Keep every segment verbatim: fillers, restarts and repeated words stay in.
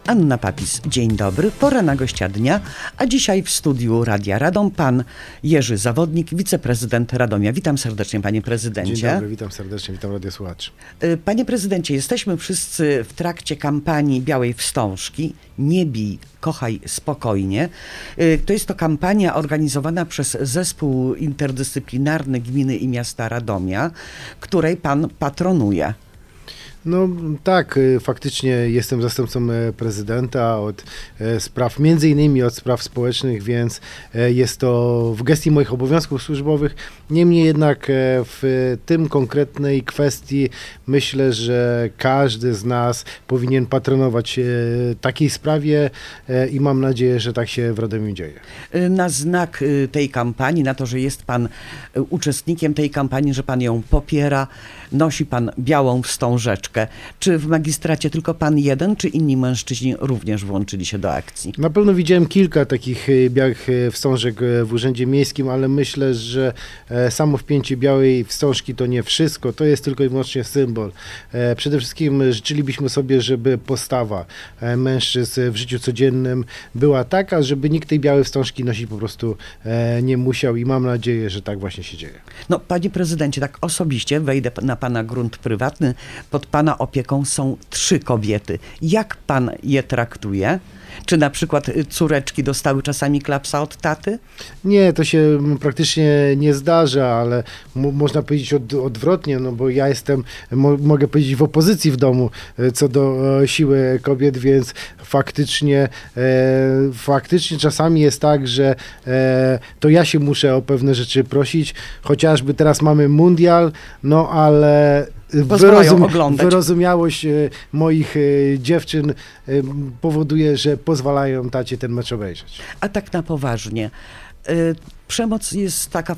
Anna Papis, dzień dobry, pora na gościa dnia, a dzisiaj w studiu Radia Radom pan Jerzy Zawodnik, wiceprezydent Radomia. Witam serdecznie, panie prezydencie. Dzień dobry, witam serdecznie, witam radiosłuchaczy. Panie prezydencie, jesteśmy wszyscy w trakcie kampanii Białej Wstążki. Nie bij, kochaj spokojnie. To jest to kampania organizowana przez Zespół Interdyscyplinarny Gminy i Miasta Radomia, której pan patronuje. No tak, faktycznie jestem zastępcą prezydenta od spraw, między innymi od spraw społecznych, więc jest to w gestii moich obowiązków służbowych. Niemniej jednak w tym konkretnej kwestii myślę, że każdy z nas powinien patronować takiej sprawie i mam nadzieję, że tak się w Radomiu dzieje. Na znak tej kampanii, na to, że jest pan uczestnikiem tej kampanii, że pan ją popiera, nosi pan białą wstążeczkę. Czy w magistracie tylko pan jeden, czy inni mężczyźni również włączyli się do akcji? Na pewno widziałem kilka takich białych wstążek w Urzędzie Miejskim, ale myślę, że samo wpięcie białej wstążki to nie wszystko, to jest tylko i wyłącznie symbol. Przede wszystkim życzylibyśmy sobie, żeby postawa mężczyzn w życiu codziennym była taka, żeby nikt tej białej wstążki nosić po prostu nie musiał i mam nadzieję, że tak właśnie się dzieje. No, panie prezydencie, tak osobiście wejdę na pana grunt prywatny. Pod pana opieką są trzy kobiety. Jak pan je traktuje? Czy na przykład córeczki dostały czasami klapsa od taty? Nie, to się praktycznie nie zdarza, ale mo można powiedzieć od, odwrotnie, no bo ja jestem, mo mogę powiedzieć, w opozycji w domu co do e, siły kobiet, więc faktycznie, e, faktycznie czasami jest tak, że e, to ja się muszę o pewne rzeczy prosić, chociażby teraz mamy mundial, no ale Wyrozum, wyrozumiałość moich dziewczyn powoduje, że pozwalają tacie ten mecz obejrzeć. A tak na poważnie. Przemoc jest taka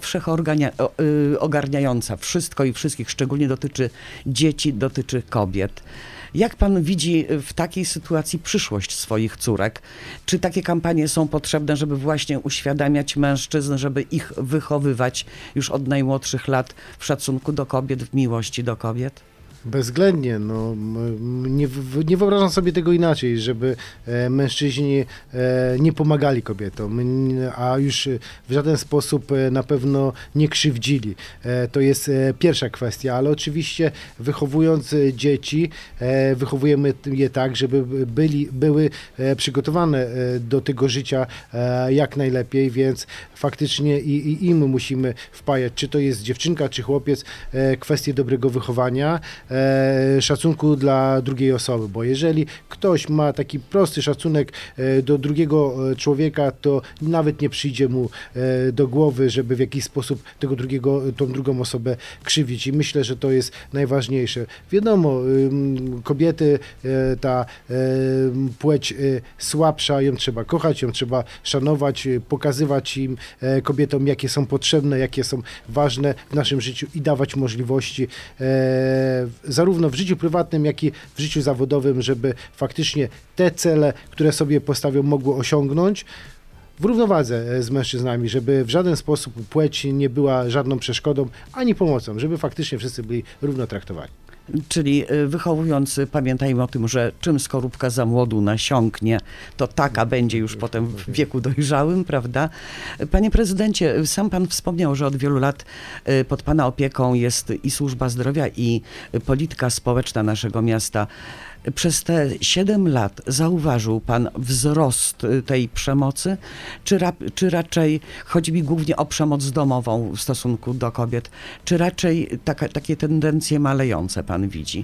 wszechogarniająca. Wszystko i wszystkich, szczególnie dotyczy dzieci, dotyczy kobiet. Jak pan widzi w takiej sytuacji przyszłość swoich córek? Czy takie kampanie są potrzebne, żeby właśnie uświadamiać mężczyzn, żeby ich wychowywać już od najmłodszych lat w szacunku do kobiet, w miłości do kobiet? Bezwzględnie, no, nie, nie wyobrażam sobie tego inaczej, żeby e, mężczyźni e, nie pomagali kobietom, a już w żaden sposób e, na pewno nie krzywdzili. E, to jest e, pierwsza kwestia, ale oczywiście wychowując dzieci, e, wychowujemy je tak, żeby byli, były e, przygotowane e, do tego życia e, jak najlepiej, więc faktycznie i, i im musimy wpajać, czy to jest dziewczynka, czy chłopiec, e, kwestie dobrego wychowania, szacunku dla drugiej osoby, bo jeżeli ktoś ma taki prosty szacunek do drugiego człowieka, to nawet nie przyjdzie mu do głowy, żeby w jakiś sposób tego drugiego, tą drugą osobę krzywić i myślę, że to jest najważniejsze. Wiadomo, kobiety, ta płeć słabsza, ją trzeba kochać, ją trzeba szanować, pokazywać im, kobietom, jakie są potrzebne, jakie są ważne w naszym życiu i dawać możliwości zarówno w życiu prywatnym, jak i w życiu zawodowym, żeby faktycznie te cele, które sobie postawią, mogły osiągnąć w równowadze z mężczyznami, żeby w żaden sposób płeć nie była żadną przeszkodą, ani pomocą, żeby faktycznie wszyscy byli równo traktowani. Czyli wychowując, pamiętajmy o tym, że czym skorupka za młodu nasiąknie, to taka będzie już potem w wieku dojrzałym, prawda? Panie prezydencie, sam pan wspomniał, że od wielu lat pod pana opieką jest i służba zdrowia, i polityka społeczna naszego miasta. Przez te siedem lat zauważył pan wzrost tej przemocy, czy, ra, czy raczej, chodzi mi głównie o przemoc domową w stosunku do kobiet, czy raczej taka, takie tendencje malejące pan widzi?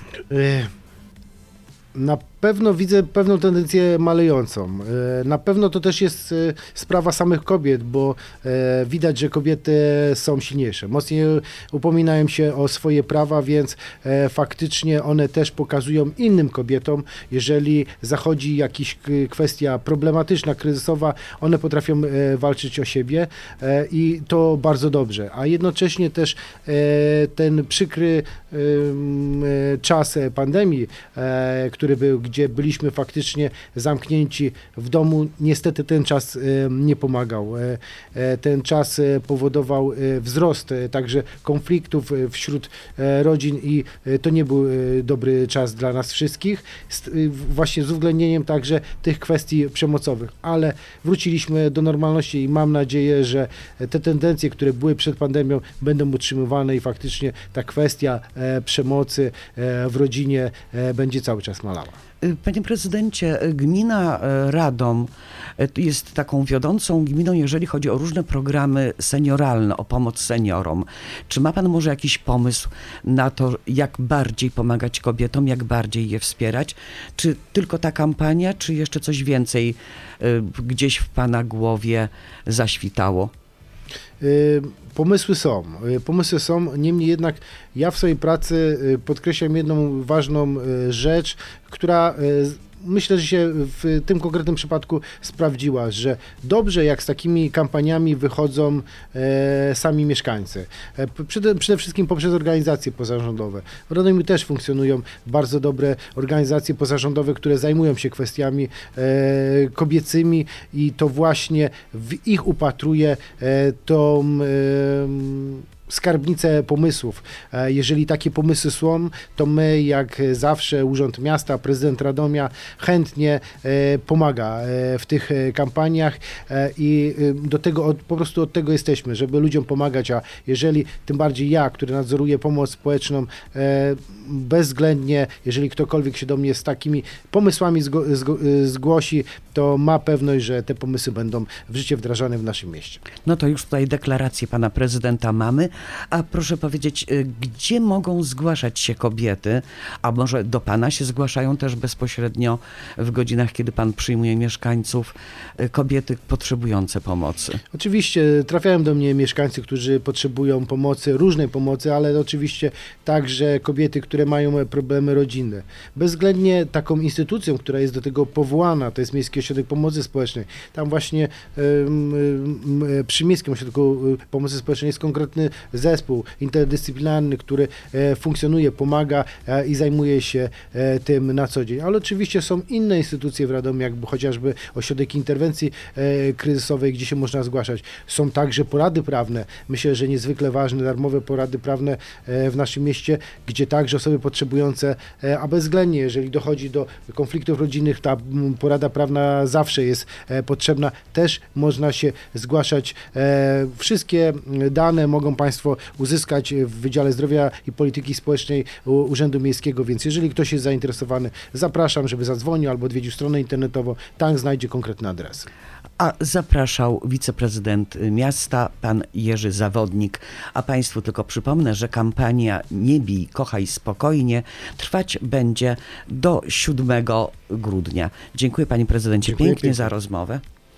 Na pewno widzę pewną tendencję malejącą. Na pewno to też jest sprawa samych kobiet, bo widać, że kobiety są silniejsze. Mocniej upominają się o swoje prawa, więc faktycznie one też pokazują innym kobietom, jeżeli zachodzi jakaś kwestia problematyczna, kryzysowa, one potrafią walczyć o siebie i to bardzo dobrze. A jednocześnie też ten przykry czas pandemii, który był, gdzie byliśmy faktycznie zamknięci w domu. Niestety ten czas nie pomagał. Ten czas powodował wzrost także konfliktów wśród rodzin i to nie był dobry czas dla nas wszystkich, właśnie z uwzględnieniem także tych kwestii przemocowych, ale wróciliśmy do normalności i mam nadzieję, że te tendencje, które były przed pandemią, będą utrzymywane i faktycznie ta kwestia przemocy w rodzinie będzie cały czas malała. Panie prezydencie, gmina Radom jest taką wiodącą gminą, jeżeli chodzi o różne programy senioralne, o pomoc seniorom. Czy ma pan może jakiś pomysł na to, jak bardziej pomagać kobietom, jak bardziej je wspierać? Czy tylko ta kampania, czy jeszcze coś więcej gdzieś w pana głowie zaświtało? Pomysły są, pomysły są, niemniej jednak ja w swojej pracy podkreślam jedną ważną rzecz, która myślę, że się w tym konkretnym przypadku sprawdziła, że dobrze jak z takimi kampaniami wychodzą e, sami mieszkańcy. E, przede, przede wszystkim poprzez organizacje pozarządowe. W Radomiu też funkcjonują bardzo dobre organizacje pozarządowe, które zajmują się kwestiami e, kobiecymi i to właśnie w ich upatruje e, tą e, skarbnicę pomysłów. Jeżeli takie pomysły są, to my jak zawsze Urząd Miasta, prezydent Radomia chętnie pomaga w tych kampaniach i do tego, od, po prostu od tego jesteśmy, żeby ludziom pomagać, a jeżeli tym bardziej ja, który nadzoruję pomoc społeczną, bezwzględnie, jeżeli ktokolwiek się do mnie z takimi pomysłami zgo, zgo, zgłosi, to ma pewność, że te pomysły będą w życie wdrażane w naszym mieście. No to już tutaj deklarację pana prezydenta mamy. A proszę powiedzieć, gdzie mogą zgłaszać się kobiety, a może do pana się zgłaszają też bezpośrednio w godzinach, kiedy pan przyjmuje mieszkańców, kobiety potrzebujące pomocy? Oczywiście trafiają do mnie mieszkańcy, którzy potrzebują pomocy, różnej pomocy, ale oczywiście także kobiety, które mają problemy rodzinne. Bezwzględnie taką instytucją, która jest do tego powołana, to jest Miejski Ośrodek Pomocy Społecznej. Tam właśnie przy Miejskim Ośrodku Pomocy Społecznej jest konkretny zespół interdyscyplinarny, który e, funkcjonuje, pomaga e, i zajmuje się e, tym na co dzień. Ale oczywiście są inne instytucje w Radomiu, jakby chociażby Ośrodek Interwencji e, Kryzysowej, gdzie się można zgłaszać. Są także porady prawne. Myślę, że niezwykle ważne, darmowe porady prawne e, w naszym mieście, gdzie także osoby potrzebujące, e, a bezwzględnie, jeżeli dochodzi do konfliktów rodzinnych, ta m, porada prawna zawsze jest e, potrzebna. Też można się zgłaszać. E, wszystkie dane mogą Państwo uzyskać w Wydziale Zdrowia i Polityki Społecznej Urzędu Miejskiego, więc jeżeli ktoś jest zainteresowany, zapraszam, żeby zadzwonił albo odwiedził stronę internetową, tam znajdzie konkretny adres. A zapraszał wiceprezydent miasta, pan Jerzy Zawodnik. A państwu tylko przypomnę, że kampania Nie bij, kochaj spokojnie trwać będzie do siódmego grudnia. Dziękuję panie prezydencie Dziękuję pięknie pięknie za rozmowę.